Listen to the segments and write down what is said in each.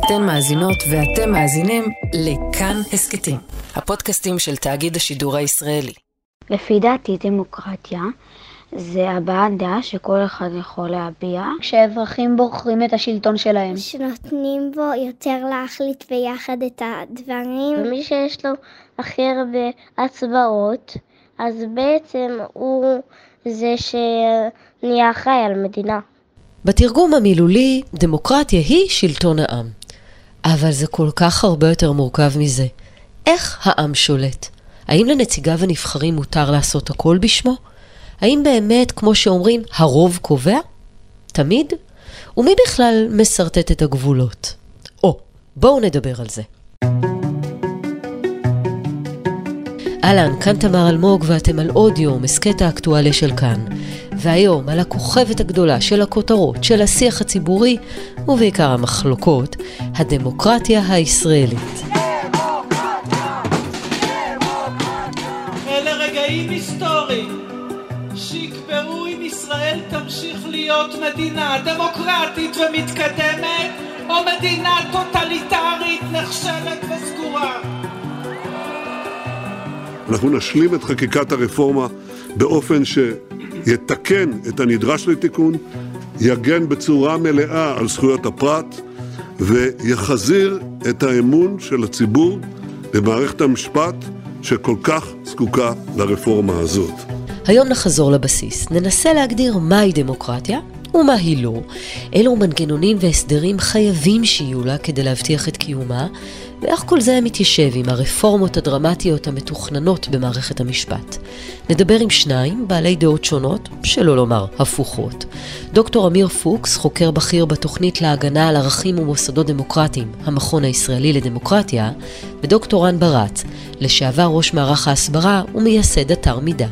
אתן מאזינות ואתם מאזינים לכאן הסקטים, הפודקאסטים של תאגיד השידור הישראלי. לפי דעתי דמוקרטיה זה הבעת דעה שכל אחד יכול להביע, כשאזרחים בוחרים את השלטון שלהם. שנותנים בו יותר להחליט ביחד את הדברים. ומי שיש לו הכי הרבה הצבעות, אז בעצם הוא זה שנהיה אחראי על מדינה. בתרגום המילולי, דמוקרטיה היא שלטון העם. אבל זה כל כך הרבה יותר מורכב מזה. איך העם שולט? האם לנציגיו הנבחרים מותר לעשות הכל בשמו? האם באמת, כמו שאומרים, הרוב קובע? תמיד? ומי בכלל מסרטט את הגבולות? בואו נדבר על זה. אהלן, כאן תמר אלמוג ואתם על אודיו, מסקט האקטואליה של כאן. והיום על הכוכבת הגדולה של הכותרות, של השיח הציבורי, ובעיקר המחלוקות, הדמוקרטיה הישראלית. אלה רגעים היסטוריים שיקבעו אם ישראל תמשיך להיות מדינה דמוקרטית ומתקדמת, או מדינה טוטליטרית נחשלת וסגורה. אנחנו נשלים את חקיקת הרפורמה באופן שיתקן את הנדרש לתיקון, יגן בצורה מלאה על זכויות הפרט, ויחזיר את האמון של הציבור במערכת המשפט שכל כך זקוקה לרפורמה הזאת. היום נחזור לבסיס, ננסה להגדיר מהי דמוקרטיה ומה היא לא, אילו מנגנונים והסדרים חייבים שיהיו לה כדי להבטיח את קיומה, ואיך כל זה מתיישב עם הרפורמות הדרמטיות המתוכננות במערכת המשפט. נדבר עם שניים בעלי דעות שונות, שלא לומר הפוכות. דוקטור אמיר פוקס, חוקר בכיר בתוכנית להגנה על ערכים ומוסדות דמוקרטיים, המכון הישראלי לדמוקרטיה, ודוקטור רן ברץ, לשעבר ראש מערך ההסברה ומייסד אתר מידע.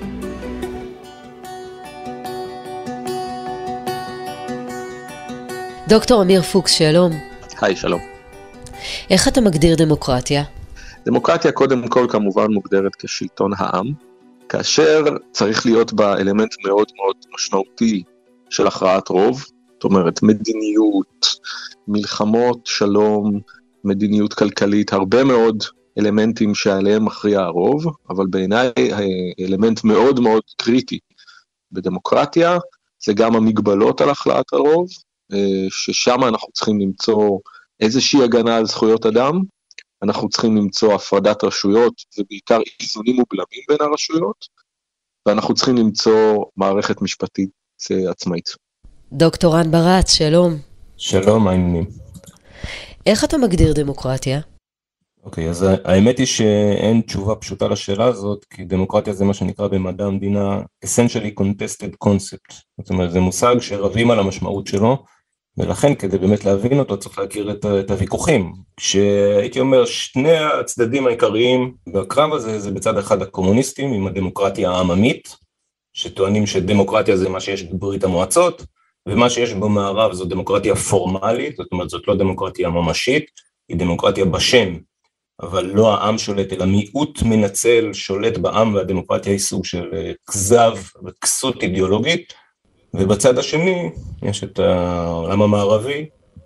דוקטור אמיר פוקס, שלום. היי, שלום. איך אתה מגדיר דמוקרטיה? דמוקרטיה קודם כל כמובן מוגדרת כשלטון העם, כאשר צריך להיות בה אלמנט מאוד מאוד משמעותי של הכרעת רוב, זאת אומרת מדיניות, מלחמות, שלום, מדיניות כלכלית, הרבה מאוד אלמנטים שעליהם מכריע הרוב, אבל בעיניי האלמנט מאוד מאוד קריטי בדמוקרטיה, זה גם המגבלות על הכרעת הרוב, ששם אנחנו צריכים למצוא איזושהי הגנה על זכויות אדם, אנחנו צריכים למצוא הפרדת רשויות, ובעיקר איזונים ובלמים בין הרשויות, ואנחנו צריכים למצוא מערכת משפטית עצמאית. דוקטור רן ברץ, שלום. שלום, מה העניינים? איך אתה מגדיר דמוקרטיה? אוקיי, אז האמת היא שאין תשובה פשוטה לשאלה הזאת, כי דמוקרטיה זה מה שנקרא במדע המדינה essentially contested concept. זאת אומרת, זה מושג שרבים על המשמעות שלו, ולכן כדי באמת להבין אותו צריך להכיר את הוויכוחים. כשהייתי אומר שני הצדדים העיקריים בקרב הזה, זה בצד אחד הקומוניסטים עם הדמוקרטיה העממית, שטוענים שדמוקרטיה זה מה שיש בברית המועצות, ומה שיש במערב זו דמוקרטיה פורמלית, זאת אומרת זאת לא דמוקרטיה ממשית, היא דמוקרטיה בשם, אבל לא העם שולט, אלא מיעוט מנצל שולט בעם, והדמוקרטיה היא סוג של כזב וכסות אידיאולוגית, ובצד השני יש את העולם המערבי,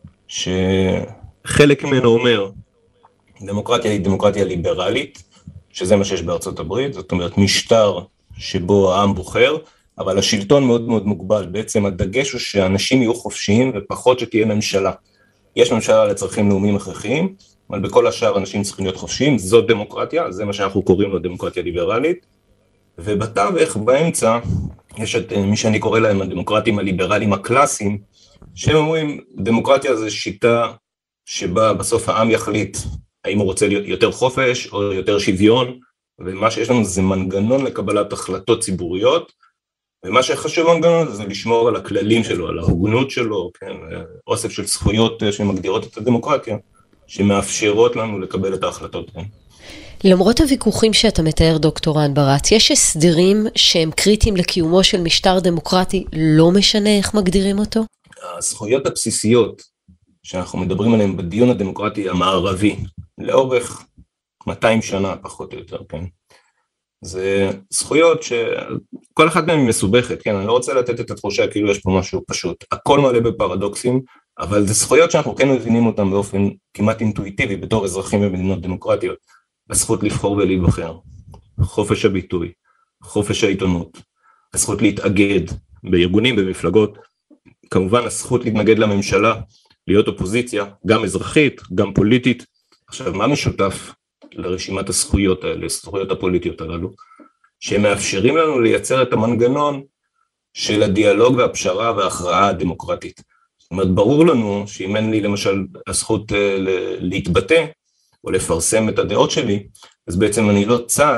שחלק ממנו אומר, דמוקרטיה היא דמוקרטיה ליברלית, שזה מה שיש בארצות הברית, זאת אומרת משטר שבו העם בוחר, אבל השלטון מאוד מאוד מוגבל, בעצם הדגש הוא שאנשים יהיו חופשיים ופחות שתהיה ממשלה. יש ממשלה לצרכים לאומיים הכרחיים, אבל בכל השאר אנשים צריכים להיות חופשיים, זאת דמוקרטיה, זה מה שאנחנו קוראים לו דמוקרטיה ליברלית, ובתווך באמצע יש את מי שאני קורא להם הדמוקרטים הליברליים הקלאסיים, שהם אומרים דמוקרטיה זה שיטה שבה בסוף העם יחליט האם הוא רוצה יותר חופש או יותר שוויון, ומה שיש לנו זה מנגנון לקבלת החלטות ציבוריות, ומה שחשוב מנגנון זה לשמור על הכללים שלו, על ההוגנות שלו, כן, אוסף של זכויות שמגדירות את הדמוקרטיה, שמאפשרות לנו לקבל את ההחלטות. כן. למרות הוויכוחים שאתה מתאר דוקטור רן ברץ, יש הסדרים שהם קריטיים לקיומו של משטר דמוקרטי, לא משנה איך מגדירים אותו? הזכויות הבסיסיות שאנחנו מדברים עליהן בדיון הדמוקרטי המערבי, לאורך 200 שנה פחות או יותר, כן? זה זכויות שכל אחת מהן היא מסובכת, כן? אני לא רוצה לתת את התחושה כאילו יש פה משהו פשוט. הכל מלא בפרדוקסים, אבל זה זכויות שאנחנו כן מבינים אותן באופן כמעט אינטואיטיבי בתור אזרחים במדינות דמוקרטיות. הזכות לבחור ולהיבחר, חופש הביטוי, חופש העיתונות, הזכות להתאגד בארגונים, במפלגות, כמובן הזכות להתנגד לממשלה, להיות אופוזיציה, גם אזרחית, גם פוליטית. עכשיו, מה משותף לרשימת הזכויות האלה, הזכויות הפוליטיות הללו, שמאפשרים לנו לייצר את המנגנון של הדיאלוג והפשרה וההכרעה הדמוקרטית. זאת אומרת, ברור לנו שאם אין לי למשל הזכות להתבטא, או לפרסם את הדעות שלי, אז בעצם אני לא צד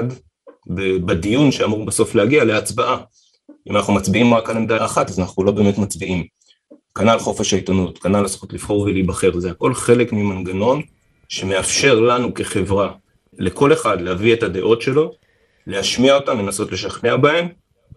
בדיון שאמור בסוף להגיע להצבעה. אם אנחנו מצביעים רק על עמדה אחת, אז אנחנו לא באמת מצביעים. כנ"ל חופש העיתונות, כנ"ל הזכות לבחור ולהיבחר, זה הכל חלק ממנגנון שמאפשר לנו כחברה, לכל אחד להביא את הדעות שלו, להשמיע אותם, לנסות לשכנע בהם,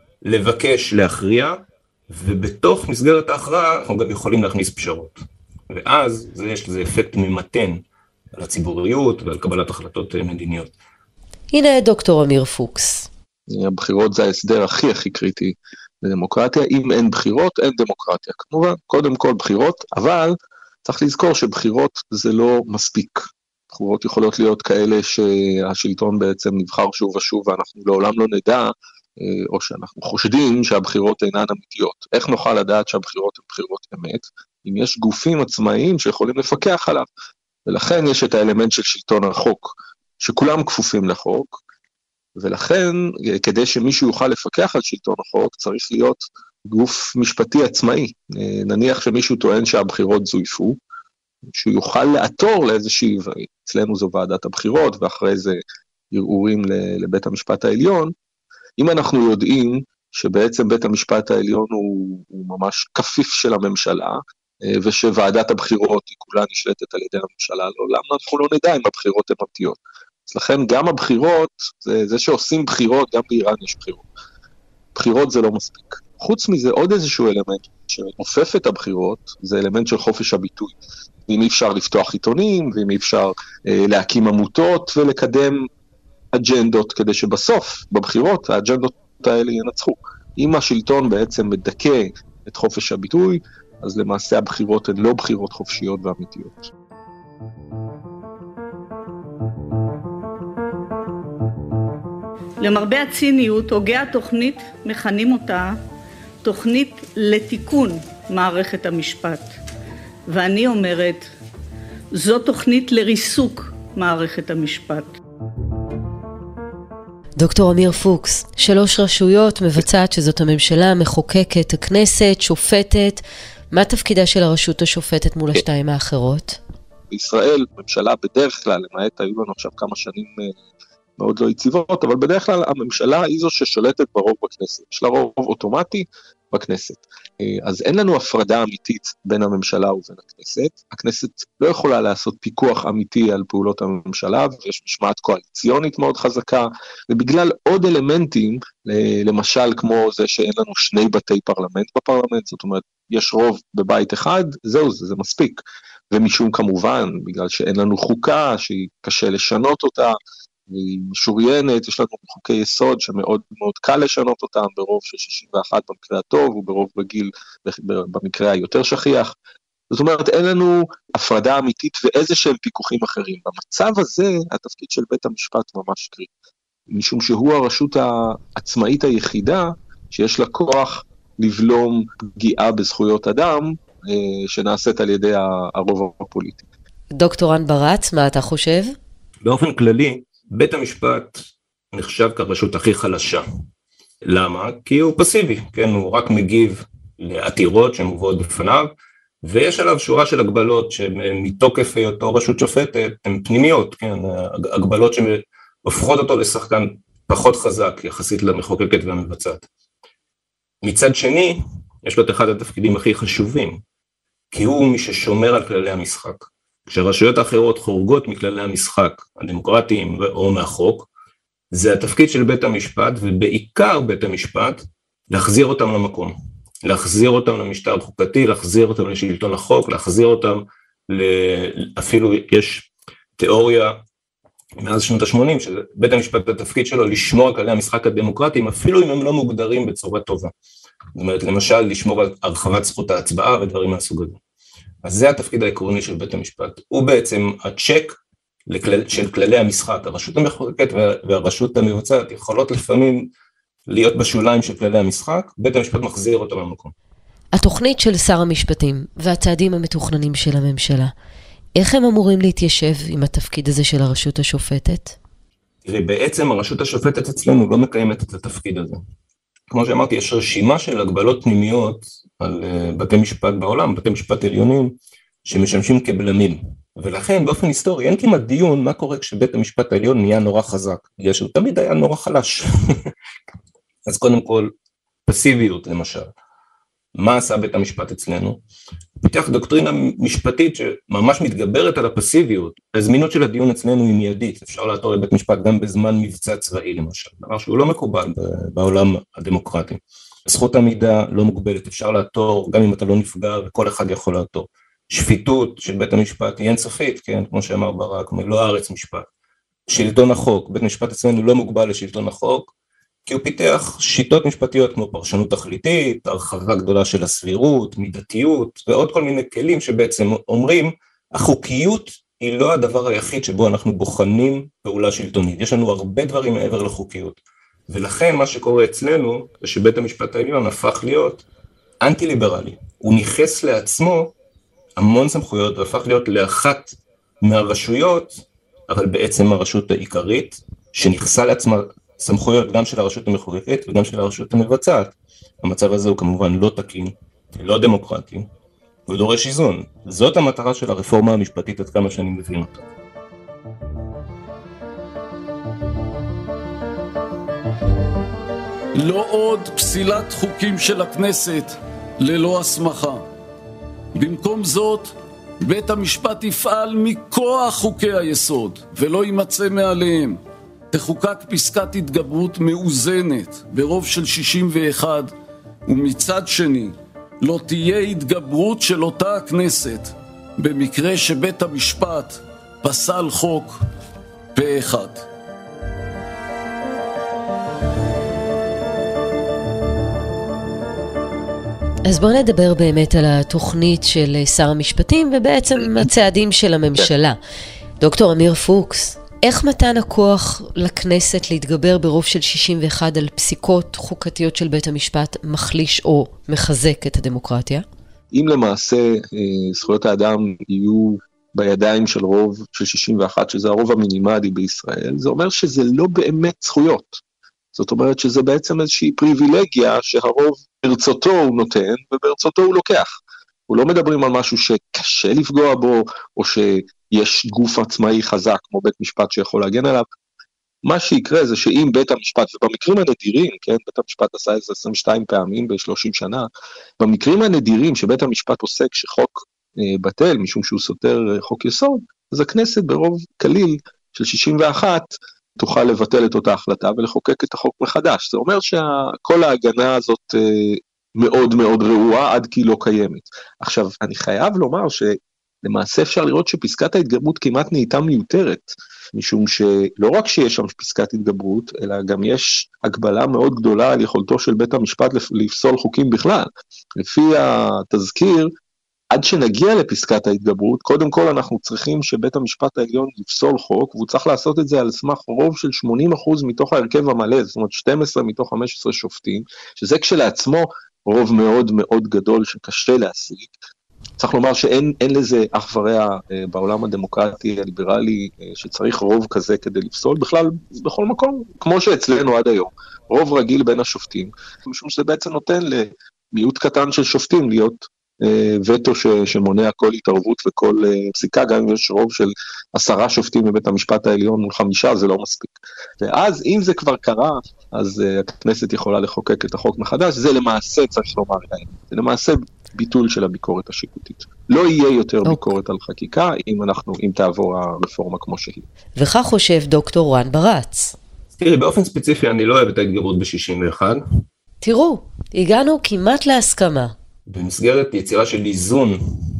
לבקש להכריע, ובתוך מסגרת ההכרעה אנחנו גם יכולים להכניס פשרות. ואז יש לזה אפקט ממתן על הציבוריות ועל קבלת החלטות מדיניות. הנה דוקטור אמיר פוקס. הבחירות זה ההסדר הכי קריטי לדמוקרטיה. אם אין בחירות, אין דמוקרטיה. כמובן, קודם כל בחירות, אבל צריך לזכור שבחירות זה לא מספיק. בחירות יכולות להיות כאלה שהשלטון בעצם נבחר שוב ושוב, ואנחנו לעולם לא נדע, או שאנחנו חושדים שהבחירות אינן אמיתיות. איך נוכל לדעת שהבחירות הן בחירות אמת? אם יש גופים עצמאיים שיכולים לפקח עליו, ולכן יש את האלמנט של שלטון החוק, שכולם כפופים לחוק, ולכן כדי שמישהו יוכל לפקח על שלטון החוק, צריך להיות גוף משפטי עצמאי. נניח שמישהו טוען שהבחירות זויפו, שהוא יוכל לעתור לאיזושהי, אצלנו זו ועדת הבחירות, ואחרי זה ערעורים לבית המשפט העליון. אם אנחנו יודעים שבעצם בית המשפט העליון הוא ממש כפיף של הממשלה, ושוועדת הבחירות היא כולה נשלטת על ידי הממשלה, לעולם אנחנו לא נדע אם הבחירות הן אמיתיות. אז לכן גם הבחירות, זה שעושים בחירות, גם באיראן יש בחירות. בחירות זה לא מספיק. חוץ מזה עוד איזשהו אלמנט שמעופף את הבחירות, זה אלמנט של חופש הביטוי. ואם אי אפשר לפתוח עיתונים, ואם אי אפשר להקים עמותות ולקדם אג'נדות, כדי שבסוף, בבחירות, האג'נדות האלה ינצחו. אם השלטון בעצם מדכא את חופש הביטוי, אז למעשה הבחירות הן לא בחירות חופשיות ואמיתיות. למרבה הציניות, הוגי התוכנית מכנים אותה תוכנית לתיקון מערכת המשפט. ואני אומרת, זו תוכנית לריסוק מערכת המשפט. דוקטור אמיר פוקס, 3 רשויות מבצעת שזאת הממשלה, מחוקקת, הכנסת, שופטת. מה תפקידה של הרשות השופטת מול השתיים האחרות? בישראל, ממשלה בדרך כלל, למעט היו לנו עכשיו כמה שנים מאוד לא יציבות, אבל בדרך כלל הממשלה היא זו ששולטת ברוב בכנסת. יש לה רוב אוטומטי בכנסת. אז אין לנו הפרדה אמיתית בין הממשלה ובין הכנסת. הכנסת לא יכולה לעשות פיקוח אמיתי על פעולות הממשלה, ויש משמעת קואליציונית מאוד חזקה, ובגלל עוד אלמנטים, למשל כמו זה שאין לנו 2 בתי פרלמנט בפרלמנט, זאת אומרת, יש רוב בבית אחד, זהו, זה מספיק. ומשום כמובן, בגלל שאין לנו חוקה, שהיא קשה לשנות אותה, והיא משוריינת, יש לנו חוקי יסוד שמאוד מאוד קל לשנות אותם, ברוב של 61 במקרה הטוב, וברוב רגיל במקרה היותר שכיח. זאת אומרת, אין לנו הפרדה אמיתית ואיזה שהם פיקוחים אחרים. במצב הזה, התפקיד של בית המשפט ממש קריטי, משום שהוא הרשות העצמאית היחידה, שיש לה כוח לבלום פגיעה בזכויות אדם, שנעשית על ידי הרוב הפוליטי. דוקטור רן ברץ, מה אתה חושב? באופן כללי, בית המשפט נחשב כרשות הכי חלשה. למה? כי הוא פסיבי, כן? הוא רק מגיב לעתירות שמובאות בפניו, ויש עליו שורה של הגבלות שמתוקף היותו רשות שופטת, הן פנימיות, כן? הגבלות שהופכות אותו לשחקן פחות חזק, יחסית למחוקקת והמבצעת. מצד שני, יש לו את אחד התפקידים הכי חשובים, כי הוא מי ששומר על כללי המשחק. כשרשויות האחרות חורגות מכללי המשחק הדמוקרטיים או מהחוק, זה התפקיד של בית המשפט, ובעיקר בית המשפט, להחזיר אותם למקום, להחזיר אותם למשטר חוקתי, להחזיר אותם לשלטון החוק, להחזיר אותם, אפילו יש תיאוריה מאז שנות ה-80, שבית המשפט התפקיד שלו לשמור על כללי המשחק הדמוקרטיים, אפילו אם הם לא מוגדרים בצורה טובה. זאת אומרת, למשל, לשמור על הרחבת זכות ההצבעה ודברים מהסוג הזה. אז זה התפקיד העקרוני של בית המשפט, הוא בעצם הצ'ק של כללי המשחק, הרשות המחוקקת והרשות המבצעת יכולות לפעמים להיות בשוליים של כללי המשחק, בית המשפט מחזיר אותם למקום. התוכנית של שר המשפטים והצעדים המתוכננים של הממשלה, איך הם אמורים להתיישב עם התפקיד הזה של הרשות השופטת? תראי, בעצם הרשות השופטת אצלנו לא מקיימת את התפקיד הזה. כמו שאמרתי, יש רשימה של הגבלות פנימיות על בתי משפט בעולם, בתי משפט עליונים, שמשמשים כבלמים. ולכן באופן היסטורי אין כמעט דיון מה קורה כשבית המשפט העליון נהיה נורא חזק, בגלל שהוא תמיד היה נורא חלש. אז קודם כל, פסיביות למשל. מה עשה בית המשפט אצלנו? פיתח דוקטרינה משפטית שממש מתגברת על הפסיביות. הזמינות של הדיון אצלנו היא מיידית, אפשר לעתור לבית משפט גם בזמן מבצע צבאי למשל, דבר שהוא לא מקובל בעולם הדמוקרטי. זכות עמידה לא מוגבלת, אפשר לעתור גם אם אתה לא נפגע וכל אחד יכול לעתור. שפיטות של בית המשפט היא אינסופית, כן, כמו שאמר ברק, מלוא הארץ משפט. שלטון החוק, בית משפט אצלנו לא מוגבל לשלטון החוק, כי הוא פיתח שיטות משפטיות כמו פרשנות תכליתית, הרחבה גדולה של הסבירות, מידתיות, ועוד כל מיני כלים שבעצם אומרים, החוקיות היא לא הדבר היחיד שבו אנחנו בוחנים פעולה שלטונית, יש לנו הרבה דברים מעבר לחוקיות, ולכן מה שקורה אצלנו, זה שבית המשפט העליון הפך להיות אנטי-ליברלי, הוא ניחס לעצמו המון סמכויות, והפך להיות לאחת מהרשויות, אבל בעצם הרשות העיקרית, שנכסה לעצמה סמכויות גם של הרשות המחוקקת וגם של הרשות המבצעת. המצב הזה הוא כמובן לא תקין, לא דמוקרטי, הוא דורש איזון. זאת המטרה של הרפורמה המשפטית עד כמה שאני מבין אותה. לא עוד פסילת חוקים של הכנסת ללא הסמכה. במקום זאת, בית המשפט יפעל מכוח חוקי היסוד ולא יימצא מעליהם. תחוקק פסקת התגברות מאוזנת ברוב של 61, ומצד שני לא תהיה התגברות של אותה הכנסת במקרה שבית המשפט פסל חוק פה אחד. אז בואו נדבר באמת על התוכנית של שר המשפטים ובעצם הצעדים של הממשלה. דוקטור אמיר פוקס, איך מתן הכוח לכנסת להתגבר ברוב של 61 על פסיקות חוקתיות של בית המשפט מחליש או מחזק את הדמוקרטיה? אם למעשה זכויות האדם יהיו בידיים של רוב של 61, שזה הרוב המינימלי בישראל, זה אומר שזה לא באמת זכויות. זאת אומרת שזה בעצם איזושהי פריבילגיה שהרוב ברצותו הוא נותן וברצותו הוא לוקח. הוא לא מדברים על משהו שקשה לפגוע בו, או שיש גוף עצמאי חזק כמו בית משפט שיכול להגן עליו. מה שיקרה זה שאם בית המשפט, ובמקרים הנדירים, כן, בית המשפט עשה את זה 22 פעמים ב-30 שנה, במקרים הנדירים שבית המשפט עוסק שחוק בטל, משום שהוא סותר חוק יסוד, אז הכנסת ברוב כליל של 61, תוכל לבטל את אותה החלטה ולחוקק את החוק מחדש. זה אומר שכל ההגנה הזאת מאוד מאוד רעועה עד כי לא קיימת. עכשיו, אני חייב לומר שלמעשה אפשר לראות שפסקת ההתגברות כמעט נהייתה מיותרת, משום שלא רק שיש שם פסקת התגברות, אלא גם יש הגבלה מאוד גדולה על יכולתו של בית המשפט לפסול חוקים בכלל. לפי התזכיר, עד שנגיע לפסקת ההתגברות, קודם כל אנחנו צריכים שבית המשפט העליון יפסול חוק, והוא צריך לעשות את זה על סמך רוב של 80% מתוך ההרכב המלא, זאת אומרת 12 מתוך 15 שופטים, שזה כשלעצמו רוב מאוד מאוד גדול שקשה להשיג. צריך לומר שאין לזה אח ורע בעולם הדמוקרטי הליברלי, שצריך רוב כזה כדי לפסול, בכלל בכל מקום, כמו שאצלנו עד היום, רוב רגיל בין השופטים, משום שזה בעצם נותן למיעוט קטן של שופטים להיות וטו שמונע כל התערבות וכל פסיקה, גם אם יש רוב של 10 שופטים בבית המשפט העליון מול 5, זה לא מספיק. ואז אם זה כבר קרה, אז הכנסת יכולה לחוקק את החוק מחדש, זה למעשה צריך לומר, זה למעשה ביטול של הביקורת השיפוטית. לא יהיה יותר ביקורת על חקיקה אם תעבור הרפורמה כמו שהיא. וכך חושב דוקטור רן ברץ. תראי, באופן ספציפי אני לא אוהב את ההתגברות ב-61. תראו, הגענו כמעט להסכמה. במסגרת יצירה של איזון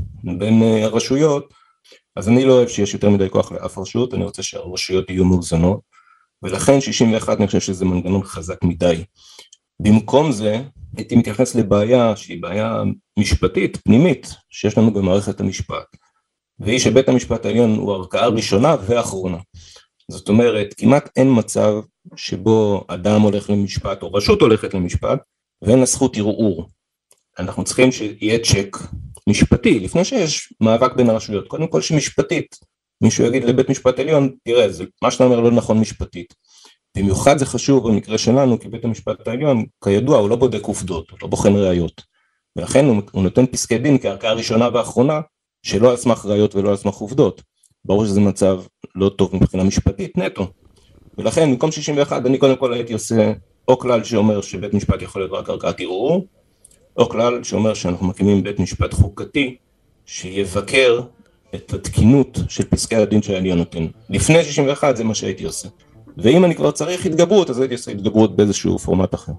בין הרשויות, אז אני לא אוהב שיש יותר מדי כוח לאף רשות, אני רוצה שהרשויות יהיו מאוזנות, ולכן 61 אני חושב שזה מנגנון חזק מדי. במקום זה, הייתי מתייחס לבעיה שהיא בעיה משפטית, פנימית, שיש לנו במערכת המשפט, והיא שבית המשפט העליון הוא ערכאה ראשונה ואחרונה. זאת אומרת, כמעט אין מצב שבו אדם הולך למשפט, או רשות הולכת למשפט, ואין לה זכות ערעור. אנחנו צריכים שיהיה צ'ק משפטי, לפני שיש מאבק בין הרשויות, קודם כל שמשפטית, מישהו יגיד לבית משפט עליון, תראה, מה שאתה אומר לא נכון משפטית. במיוחד זה חשוב במקרה שלנו, כי בית המשפט העליון, כידוע, הוא לא בודק עובדות, הוא לא בוחן ראיות, ולכן הוא נותן פסקי דין כערכאה ראשונה ואחרונה, שלא על סמך ראיות ולא על סמך עובדות. ברור שזה מצב לא טוב מבחינה משפטית, נטו. ולכן, במקום 61, אני קודם כל הייתי עושה או כלל שאומר שבית משפט יכול להיות רק ערכאת ערעור, או כלל שאומר שאנחנו מקימים בית משפט חוקתי, שיבקר את התקינות של פסקי הדין שהעליון נותן. לפני 61 זה מה שהייתי עושה. ואם אני כבר צריך התגברות, אז הייתי עושה התגברות באיזשהו פורמט אחר.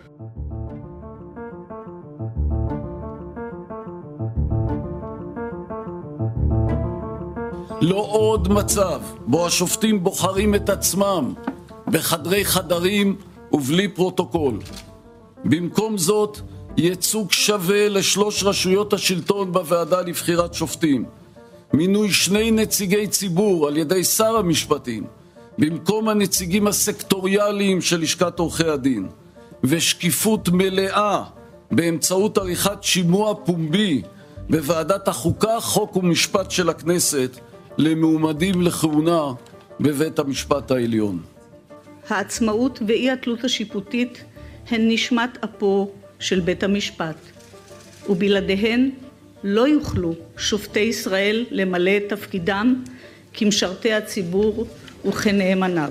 לא עוד מצב בו השופטים בוחרים את עצמם בחדרי חדרים ובלי פרוטוקול. במקום זאת, ייצוג שווה לשלוש רשויות השלטון בוועדה לבחירת שופטים. מינוי 2 נציגי ציבור על ידי שר המשפטים, במקום הנציגים הסקטוריאליים של לשכת עורכי הדין. ושקיפות מלאה באמצעות עריכת שימוע פומבי בוועדת החוקה, חוק ומשפט של הכנסת, למועמדים לכהונה בבית המשפט העליון. העצמאות ואי התלות השיפוטית הן נשמת אפו של בית המשפט, ובלעדיהן לא יוכלו שופטי ישראל למלא את תפקידם כמשרתי הציבור וכנאמניו.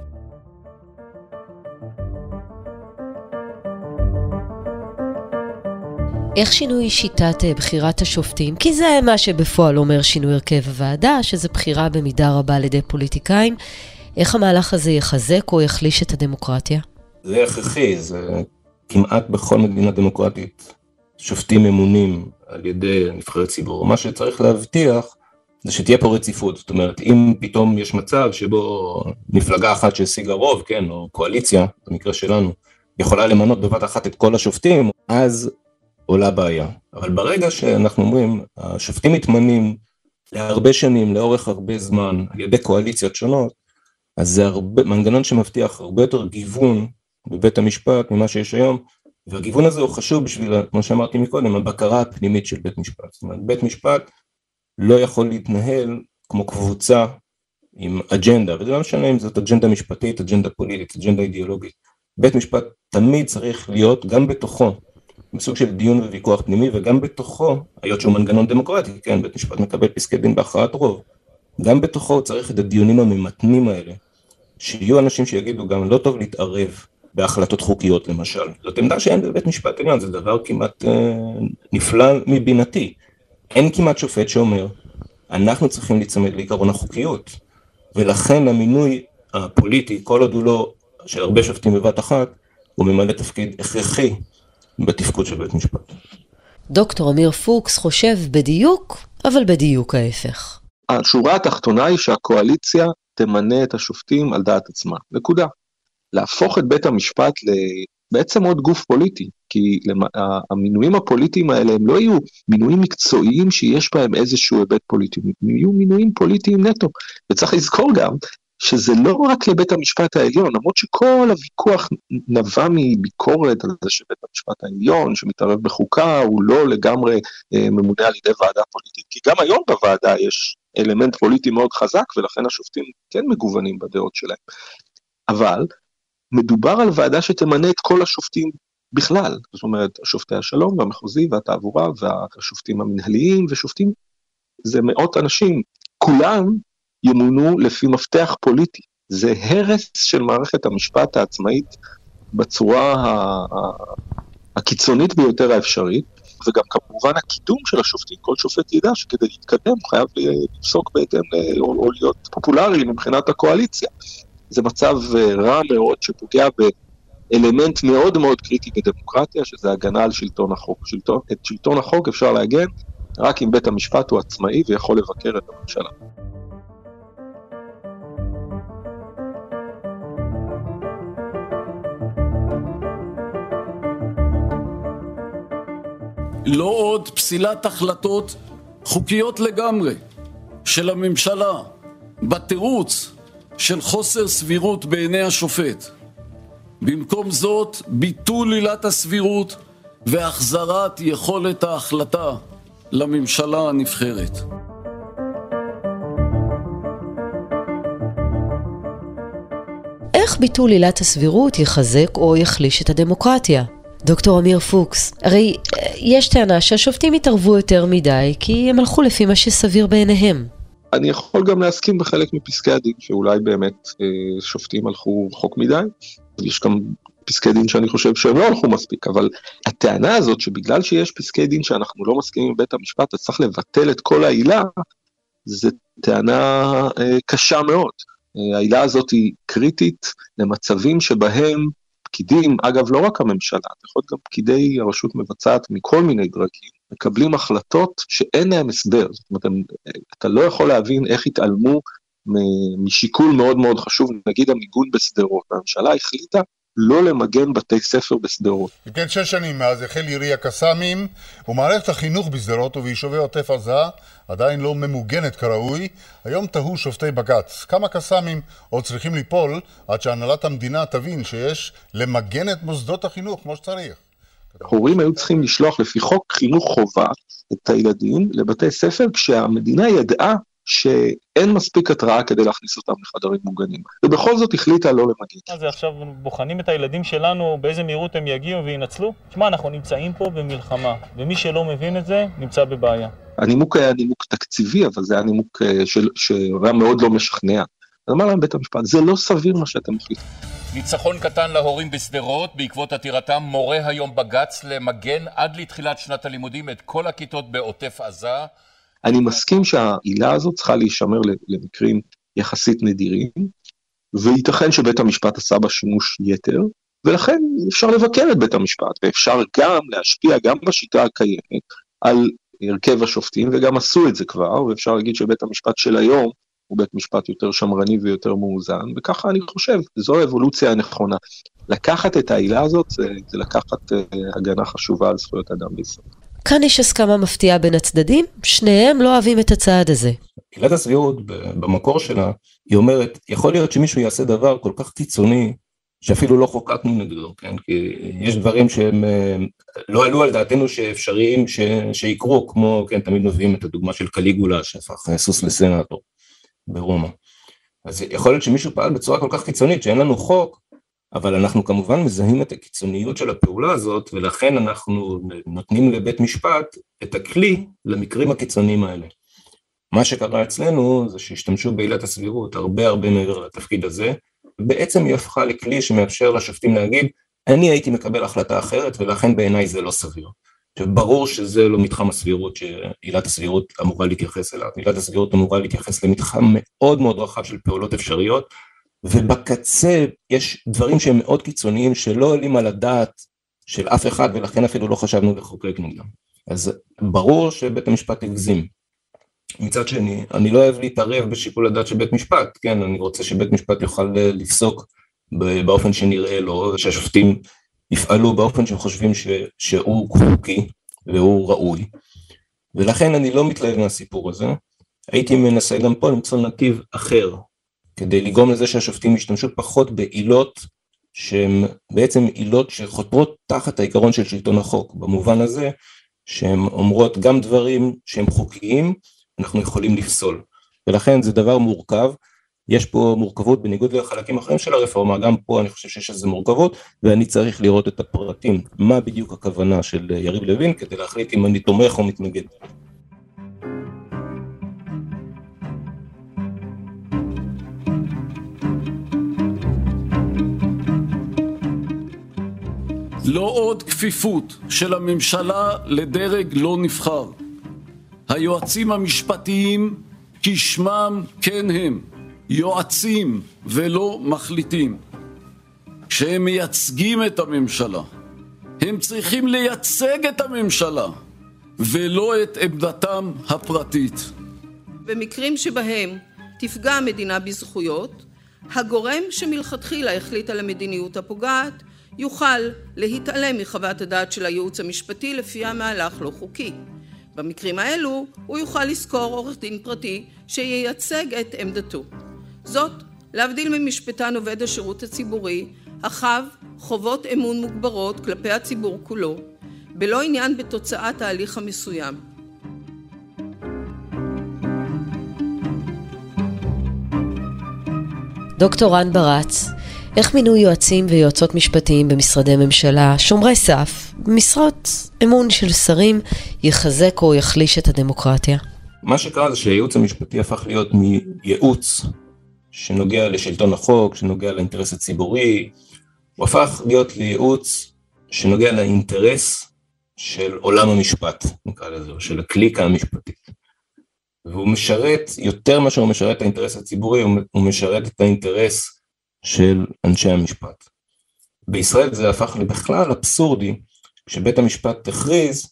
איך שינוי שיטת בחירת השופטים? כי זה מה שבפועל אומר שינוי הרכב הוועדה, שזה בחירה במידה רבה על ידי פוליטיקאים. איך המהלך הזה יחזק או יחליש את הדמוקרטיה? זה הכרחי, זה כמעט בכל מדינה דמוקרטית. שופטים ממונים על ידי נבחרי ציבור. מה שצריך להבטיח זה שתהיה פה רציפות. זאת אומרת, אם פתאום יש מצב שבו מפלגה אחת שהשיגה רוב, כן, או קואליציה, במקרה שלנו, יכולה למנות בבת אחת את כל השופטים, אז עולה בעיה. אבל ברגע שאנחנו אומרים, השופטים מתמנים להרבה שנים, לאורך הרבה זמן, על ידי קואליציות שונות, אז זה מנגנון שמבטיח הרבה יותר גיוון בבית המשפט ממה שיש היום, והגיוון הזה הוא חשוב בשביל, כמו שאמרתי מקודם, הבקרה הפנימית של בית משפט. זאת אומרת, בית משפט לא יכול להתנהל כמו קבוצה עם אג'נדה, וזה לא משנה אם זאת אג'נדה משפטית, אג'נדה פוליטית, אג'נדה אידיאולוגית. בית משפט תמיד צריך להיות גם בתוכו, בסוג של דיון וויכוח פנימי, וגם בתוכו, היות שהוא מנגנון דמוקרטי, כן, בית משפט מקבל פסקי דין בהכרעת רוב, גם בתוכו צריך את הדיונים הממתנים האלה, שיהיו אנשים שיגידו גם לא טוב להתערב בהחלטות חוקיות למשל. זאת עמדה שאין בבית משפט עליון, זה דבר כמעט נפלא מבינתי. אין כמעט שופט שאומר, אנחנו צריכים להצמד לעיקרון החוקיות, ולכן המינוי הפוליטי, כל עוד הוא לא של הרבה שופטים בבת אחת, הוא ממלא תפקיד הכרחי בתפקוד של בית משפט. דוקטור אמיר פוקס חושב בדיוק, אבל בדיוק ההפך. השורה התחתונה היא שהקואליציה תמנה את השופטים על דעת עצמה. נקודה. להפוך את בית המשפט בעצם עוד גוף פוליטי, כי המינויים הפוליטיים האלה הם לא יהיו מינויים מקצועיים שיש בהם איזשהו היבט פוליטי, הם יהיו מינויים פוליטיים נטו. וצריך לזכור גם שזה לא רק לבית המשפט העליון, למרות שכל הוויכוח נבע מביקורת על זה שבית המשפט העליון שמתערב בחוקה הוא לא לגמרי ממונה על ידי ועדה פוליטית, כי גם היום בוועדה יש אלמנט פוליטי מאוד חזק, ולכן השופטים כן מגוונים בדעות שלהם. אבל מדובר על ועדה שתמנה את כל השופטים בכלל, זאת אומרת, שופטי השלום והמחוזי והתעבורה והשופטים המנהליים ושופטים, זה מאות אנשים, כולם ימונו לפי מפתח פוליטי. זה הרס של מערכת המשפט העצמאית בצורה הקיצונית ביותר האפשרית, וגם כמובן הקידום של השופטים, כל שופט ידע שכדי להתקדם חייב לפסוק בהתאם או להיות פופולרי מבחינת הקואליציה. זה מצב רע מאוד שפוגע באלמנט מאוד מאוד קריטי בדמוקרטיה, שזה הגנה על שלטון החוק. את שלטון החוק אפשר להגן רק אם בית המשפט הוא עצמאי ויכול לבקר את הממשלה. לא עוד פסילת החלטות חוקיות לגמרי של הממשלה בתירוץ של חוסר סבירות בעיני השופט. במקום זאת, ביטול עילת הסבירות והחזרת יכולת ההחלטה לממשלה הנבחרת. איך ביטול עילת הסבירות יחזק או יחליש את הדמוקרטיה? דוקטור אמיר פוקס, הרי יש טענה שהשופטים התערבו יותר מדי כי הם הלכו לפי מה שסביר בעיניהם. אני יכול גם להסכים בחלק מפסקי הדין, שאולי באמת שופטים הלכו רחוק מדי. יש גם פסקי דין שאני חושב שהם לא הלכו מספיק, אבל הטענה הזאת שבגלל שיש פסקי דין שאנחנו לא מסכימים עם בית המשפט, אז צריך לבטל את כל העילה, זו טענה קשה מאוד. העילה הזאת היא קריטית למצבים שבהם פקידים, אגב לא רק הממשלה, יכול להיות גם פקידי הרשות מבצעת מכל מיני דרגים, מקבלים החלטות שאין להם הסבר. זאת אומרת, אתה לא יכול להבין איך התעלמו משיקול מאוד מאוד חשוב, נגיד המיגון בסדרות. הממשלה החליטה לא למגן בתי ספר בסדרות. כן, 6 שנים מאז החל ירי הקסאמים, ומערכת החינוך בסדרות וביישובי עוטף עזה עדיין לא ממוגנת כראוי. היום תהו שופטי בג"ץ כמה קסאמים עוד צריכים ליפול עד שהנהלת המדינה תבין שיש למגן את מוסדות החינוך כמו שצריך. הורים היו צריכים לשלוח לפי חוק חינוך חובה את הילדים לבתי ספר כשהמדינה ידעה שאין מספיק התראה כדי להכניס אותם לחדרים מוגנים. ובכל זאת החליטה לא למגן. אז עכשיו בוחנים את הילדים שלנו, באיזה מהירות הם יגיעו וינצלו? תשמע, אנחנו נמצאים פה במלחמה, ומי שלא מבין את זה, נמצא בבעיה. הנימוק היה נימוק תקציבי, אבל זה היה נימוק שהיה מאוד לא משכנע. אז אמר להם בית המשפט, זה לא סביר מה שאתם מחליטים. ניצחון קטן להורים בסדרות, בעקבות עתירתם מורה היום בג"ץ למגן עד לתחילת שנת הלימודים את כל הכיתות בעוטף עזה. אני מסכים שהעילה הזאת צריכה להישמר למקרים יחסית נדירים, וייתכן שבית המשפט עשה בה שימוש יתר, ולכן אפשר לבקר את בית המשפט, ואפשר גם להשפיע גם בשיטה הקיימת על הרכב השופטים, וגם עשו את זה כבר, ואפשר להגיד שבית המשפט של היום הוא בית משפט יותר שמרני ויותר מאוזן, וככה אני חושב, זו האבולוציה הנכונה. לקחת את העילה הזאת, זה לקחת הגנה חשובה על זכויות אדם בישראל. כאן יש הסכמה מפתיעה בין הצדדים, שניהם לא אוהבים את הצעד הזה. עילת הסבירות במקור שלה, היא אומרת, יכול להיות שמישהו יעשה דבר כל כך קיצוני, שאפילו לא חוקקנו נגדו, כן? כי יש דברים שהם לא עלו על דעתנו שאפשריים שיקרו, כמו, כן, תמיד מביאים את הדוגמה של קליגולה, שהפך סוס לסנאטור ברומא. אז יכול להיות שמישהו פעל בצורה כל כך קיצונית, שאין לנו חוק, אבל אנחנו כמובן מזהים את הקיצוניות של הפעולה הזאת, ולכן אנחנו נותנים לבית משפט את הכלי למקרים הקיצוניים האלה. מה שקרה אצלנו זה שהשתמשו בעילת הסבירות הרבה מעבר לתפקיד הזה, בעצם היא הפכה לכלי שמאפשר לשופטים להגיד, אני הייתי מקבל החלטה אחרת, ולכן בעיניי זה לא סביר. ברור שזה לא מתחם הסבירות שעילת הסבירות אמורה להתייחס אליו. עילת הסבירות אמורה להתייחס למתחם מאוד מאוד רחב של פעולות אפשריות, ובקצה יש דברים שהם מאוד קיצוניים שלא עולים על הדעת של אף אחד, ולכן אפילו לא חשבנו לחוקק נגדם. אז ברור שבית המשפט הגזים. מצד שני, אני לא אוהב להתערב בשיקול הדעת של בית משפט, כן, אני רוצה שבית משפט יוכל לפסוק באופן שנראה לו, שהשופטים יפעלו באופן שהם חושבים שהוא חוקי והוא ראוי, ולכן אני לא מתלהב מהסיפור הזה. הייתי מנסה גם פה למצוא נתיב אחר, כדי לגרום לזה שהשופטים ישתמשו פחות בעילות, שהן בעצם עילות שחותרות תחת העיקרון של שלטון החוק, במובן הזה שהן אומרות גם דברים שהם חוקיים, אנחנו יכולים לפסול, ולכן זה דבר מורכב, יש פה מורכבות בניגוד לחלקים אחרים של הרפורמה, גם פה אני חושב שיש איזו מורכבות, ואני צריך לראות את הפרטים, מה בדיוק הכוונה של יריב לוין, כדי להחליט אם אני תומך או מתנגד. לא עוד כפיפות של הממשלה לדרג לא נבחר. היועצים המשפטיים כשמם כן הם, יועצים ולא מחליטים. כשהם מייצגים את הממשלה, הם צריכים לייצג את הממשלה, ולא את עמדתם הפרטית. במקרים שבהם תפגע המדינה בזכויות, הגורם שמלכתחילה החליט על המדיניות הפוגעת, יוכל להתעלם מחוות הדעת של הייעוץ המשפטי לפי המהלך לא חוקי. במקרים האלו הוא יוכל לשכור עורך דין פרטי שייצג את עמדתו. זאת, להבדיל ממשפטן עובד השירות הציבורי, החב חובות אמון מוגברות כלפי הציבור כולו, בלא עניין בתוצאת ההליך המסוים. דוקטור רן ברץ, איך מינוי יועצים ויועצות משפטיים במשרדי ממשלה, שומרי סף, משרות אמון של שרים, יחזק או יחליש את הדמוקרטיה? מה שקרה זה שהייעוץ המשפטי הפך להיות מייעוץ שנוגע לשלטון החוק, שנוגע לאינטרס הציבורי, הוא הפך להיות לייעוץ שנוגע לאינטרס של עולם המשפט, נקרא לזה, של הקליקה המשפטית. והוא משרת, יותר מה שהוא משרת את האינטרס הציבורי, הוא משרת את האינטרס של אנשי המשפט. בישראל זה הפך לבכלל אבסורדי, כשבית המשפט הכריז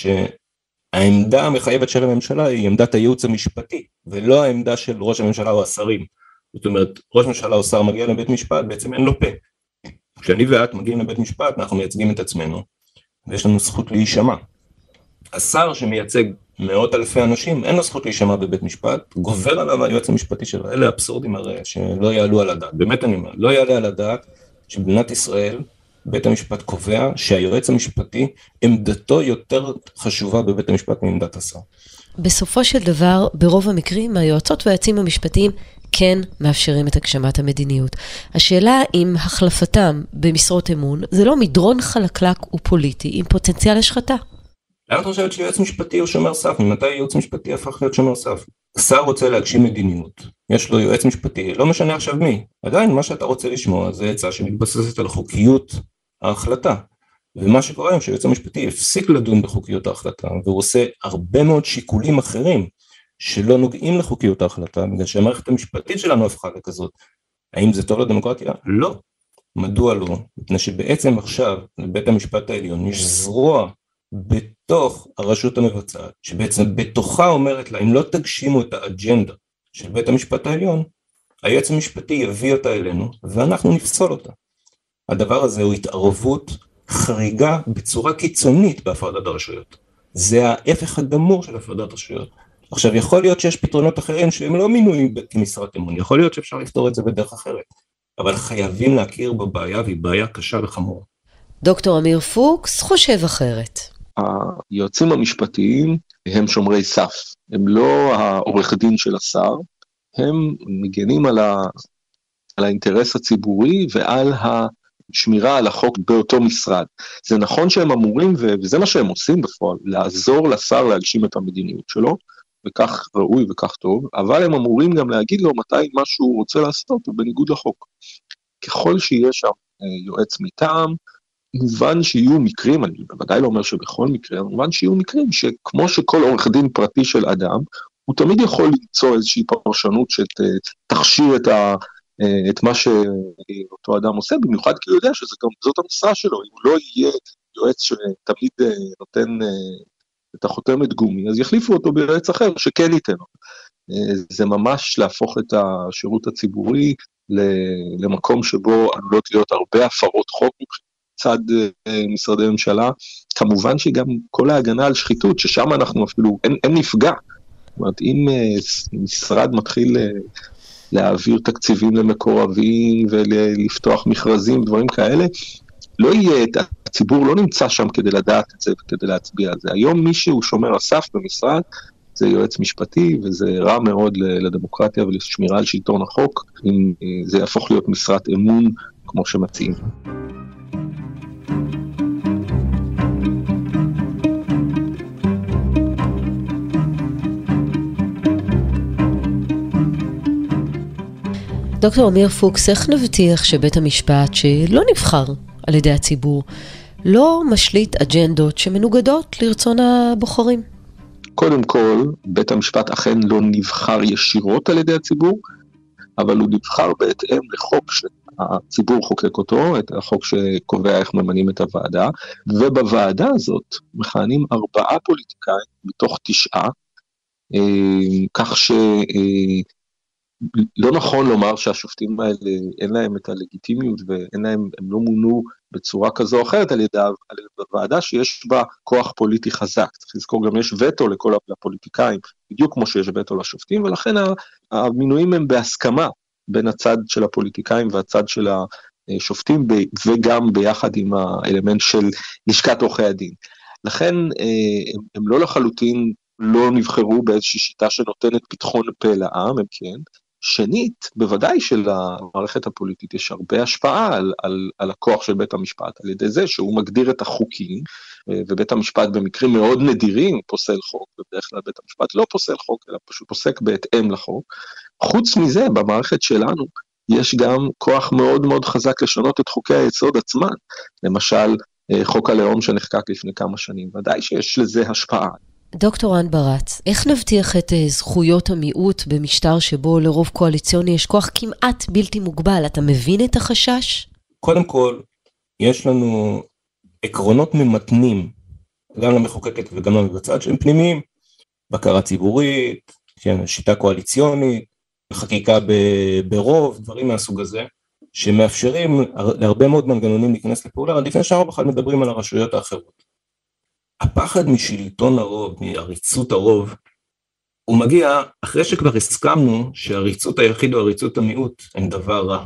שהעמדה המחייבת של הממשלה היא עמדת הייעוץ המשפטי, ולא העמדה של ראש הממשלה או השרים. זאת אומרת, ראש ממשלה או שר מגיע לבית משפט, בעצם אין לו פה. כשאני ואת מגיעים לבית משפט, אנחנו מייצגים את עצמנו, ויש לנו זכות להישמע. השר שמייצג מאות אלפי אנשים, אין לו זכות להישמע בבית משפט, גובר עליו היועץ המשפטי שלו. אלה אבסורדים הרי שלא יעלו על הדעת. באמת אני אומר, לא יעלה על הדעת שבמדינת ישראל, בית המשפט קובע שהיועץ המשפטי, עמדתו יותר חשובה בבית המשפט מעמדת השר. בסופו של דבר, ברוב המקרים, היועצות והיועצים המשפטיים כן מאפשרים את הגשמת המדיניות. השאלה אם החלפתם במשרות אמון, זה לא מדרון חלקלק ופוליטי, עם פוטנציאל השחתה. למה אתה חושבת שיועץ משפטי הוא שומר סף? ממתי יועץ משפטי הפך להיות שומר סף? שר רוצה להגשים מדיניות, יש לו יועץ משפטי, לא משנה עכשיו מי. עדיין מה שאתה רוצה לשמוע זה עצה שמתבססת על חוקיות ההחלטה. ומה שקורה היום שיועץ המשפטי הפסיק לדון בחוקיות ההחלטה, והוא עושה הרבה מאוד שיקולים אחרים שלא נוגעים לחוקיות ההחלטה, בגלל שהמערכת המשפטית שלנו הפכה לכזאת. האם זה טוב לדמוקרטיה? לא. מדוע לא? מפני שבעצם עכשיו לבית המשפט העליון יש זרוע בתוך הרשות המבצעת, שבעצם בתוכה אומרת לה, אם לא תגשימו את האג'נדה של בית המשפט העליון, היועץ המשפטי יביא אותה אלינו, ואנחנו נפסול אותה. הדבר הזה הוא התערבות חריגה בצורה קיצונית בהפרדת הרשויות. זה ההפך הגמור של הפרדת רשויות. עכשיו, יכול להיות שיש פתרונות אחרים שהם לא מינויים כמשרת אמון, יכול להיות שאפשר לפתור את זה בדרך אחרת, אבל חייבים להכיר בבעיה, והיא בעיה קשה וחמורה. דוקטור אמיר פוקס חושב אחרת. היועצים המשפטיים הם שומרי סף, הם לא העורך דין של השר, הם מגנים על האינטרס הציבורי ועל השמירה על החוק באותו משרד. זה נכון שהם אמורים, וזה מה שהם עושים בפועל, לעזור לשר להגשים את המדיניות שלו, וכך ראוי וכך טוב, אבל הם אמורים גם להגיד לו מתי מה שהוא רוצה לעשות הוא בניגוד לחוק. ככל שיש שם יועץ מטעם, מובן שיהיו מקרים, אני בוודאי לא אומר שבכל מקרה, מובן שיהיו מקרים שכמו שכל עורך דין פרטי של אדם, הוא תמיד יכול למצוא איזושהי פרשנות שתכשיר את מה שאותו אדם עושה, במיוחד כי הוא יודע שזאת המשרה שלו, אם הוא לא יהיה יועץ שתמיד נותן את החותמת גומי, אז יחליפו אותו ביועץ אחר שכן ייתן לו. זה ממש להפוך את השירות הציבורי למקום שבו עלולות להיות הרבה הפרות חוק מצד משרדי ממשלה, כמובן שגם כל ההגנה על שחיתות, ששם אנחנו אפילו, אין נפגע. זאת אומרת, אם משרד מתחיל להעביר תקציבים למקורבים ולפתוח מכרזים, דברים כאלה, לא יהיה, הציבור לא נמצא שם כדי לדעת את זה וכדי להצביע על זה. היום מישהו שומר הסף במשרד, זה יועץ משפטי, וזה רע מאוד לדמוקרטיה ולשמירה על שלטון החוק, אם זה יהפוך להיות משרת אמון כמו שמציעים. דוקטור אמיר פוקס, איך נבטיח שבית המשפט שלא נבחר על ידי הציבור, לא משליט אג'נדות שמנוגדות לרצון הבוחרים? קודם כל, בית המשפט אכן לא נבחר ישירות על ידי הציבור, אבל הוא נבחר בהתאם לחוק שהציבור חוקק אותו, את החוק שקובע איך ממנים את הוועדה, ובוועדה הזאת מכהנים 4 פוליטיקאים מתוך 9, כך לא נכון לומר שהשופטים האלה אין להם את הלגיטימיות ואין להם, הם לא מונו בצורה כזו או אחרת על ידי הוועדה שיש בה כוח פוליטי חזק. צריך לזכור, גם יש וטו לכל הפוליטיקאים, בדיוק כמו שיש וטו לשופטים, ולכן המינויים הם בהסכמה בין הצד של הפוליטיקאים והצד של השופטים, וגם ביחד עם האלמנט של לשכת עורכי הדין. לכן הם לא לחלוטין לא נבחרו באיזושהי שיטה שנותנת פתחון פה לעם, הם כן. שנית, בוודאי שלמערכת הפוליטית יש הרבה השפעה על הכוח של בית המשפט, על ידי זה שהוא מגדיר את החוקים, ובית המשפט במקרים מאוד נדירים פוסל חוק, ובדרך כלל בית המשפט לא פוסל חוק, אלא פשוט פוסק בהתאם לחוק. חוץ מזה, במערכת שלנו, יש גם כוח מאוד מאוד חזק לשנות את חוקי היסוד עצמן, למשל, חוק הלאום שנחקק לפני כמה שנים, ודאי שיש לזה השפעה. דוקטור רן ברץ, איך נבטיח את זכויות המיעוט במשטר שבו לרוב קואליציוני יש כוח כמעט בלתי מוגבל? אתה מבין את החשש? קודם כל, יש לנו עקרונות ממתנים, גם למחוקקת וגם למבצעת, שהם פנימיים, בקרה ציבורית, שיטה קואליציונית, חקיקה ברוב, דברים מהסוג הזה, שמאפשרים להרבה מאוד מנגנונים להיכנס לפעולה, עד לפני שאנחנו בכלל מדברים על הרשויות האחרות. הפחד משלטון הרוב, מעריצות הרוב, הוא מגיע אחרי שכבר הסכמנו שהעריצות היחיד או עריצות המיעוט הם דבר רע.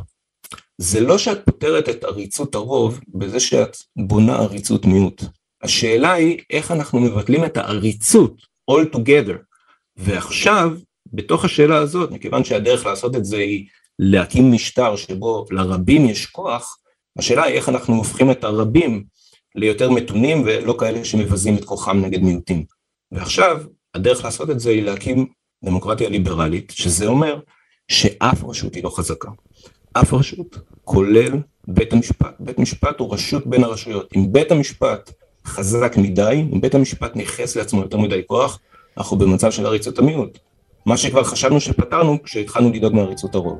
זה לא שאת פותרת את עריצות הרוב בזה שאת בונה עריצות מיעוט. השאלה היא איך אנחנו מבטלים את העריצות all together. ועכשיו, בתוך השאלה הזאת, מכיוון שהדרך לעשות את זה היא להקים משטר שבו לרבים יש כוח, השאלה היא איך אנחנו הופכים את הרבים ליותר מתונים ולא כאלה שמבזים את כוחם נגד מיעוטים. ועכשיו, הדרך לעשות את זה היא להקים דמוקרטיה ליברלית, שזה אומר שאף רשות היא לא חזקה. אף רשות, כולל בית המשפט. בית משפט הוא רשות בין הרשויות. אם בית המשפט חזק מדי, אם בית המשפט נכנס לעצמו יותר מדי כוח, אנחנו במצב של עריצות המיעוט. מה שכבר חשבנו שפתרנו כשהתחלנו לדאוג מעריצות הרוב.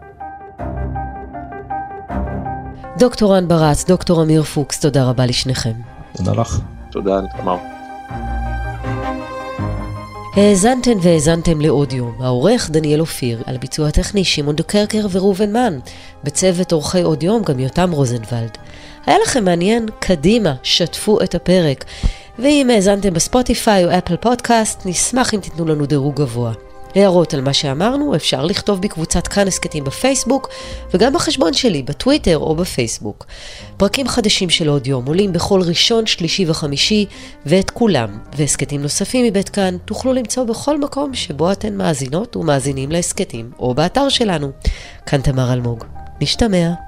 דוקטור רן ברץ, דוקטור אמיר פוקס, תודה רבה לשניכם. תודה לך. תודה, נתמר. האזנתן והאזנתם לעוד יום. העורך דניאל אופיר, על ביצוע טכני שמעון דקרקר ורובן מן. בצוות עורכי עוד יום גם יותם רוזנבלד. היה לכם מעניין? קדימה, שתפו את הפרק. ואם האזנתם בספוטיפיי או אפל פודקאסט, נשמח אם תיתנו לנו דירוג גבוה. הערות על מה שאמרנו אפשר לכתוב בקבוצת כאן הסקטים בפייסבוק, וגם בחשבון שלי בטוויטר או בפייסבוק. פרקים חדשים של עוד יום עולים בכל ראשון, שלישי וחמישי, ואת כולם, והסקטים נוספים מבית כאן תוכלו למצוא בכל מקום שבו אתן מאזינות ומאזינים להסקטים, או באתר שלנו. כאן תמר אלמוג. נשתמע.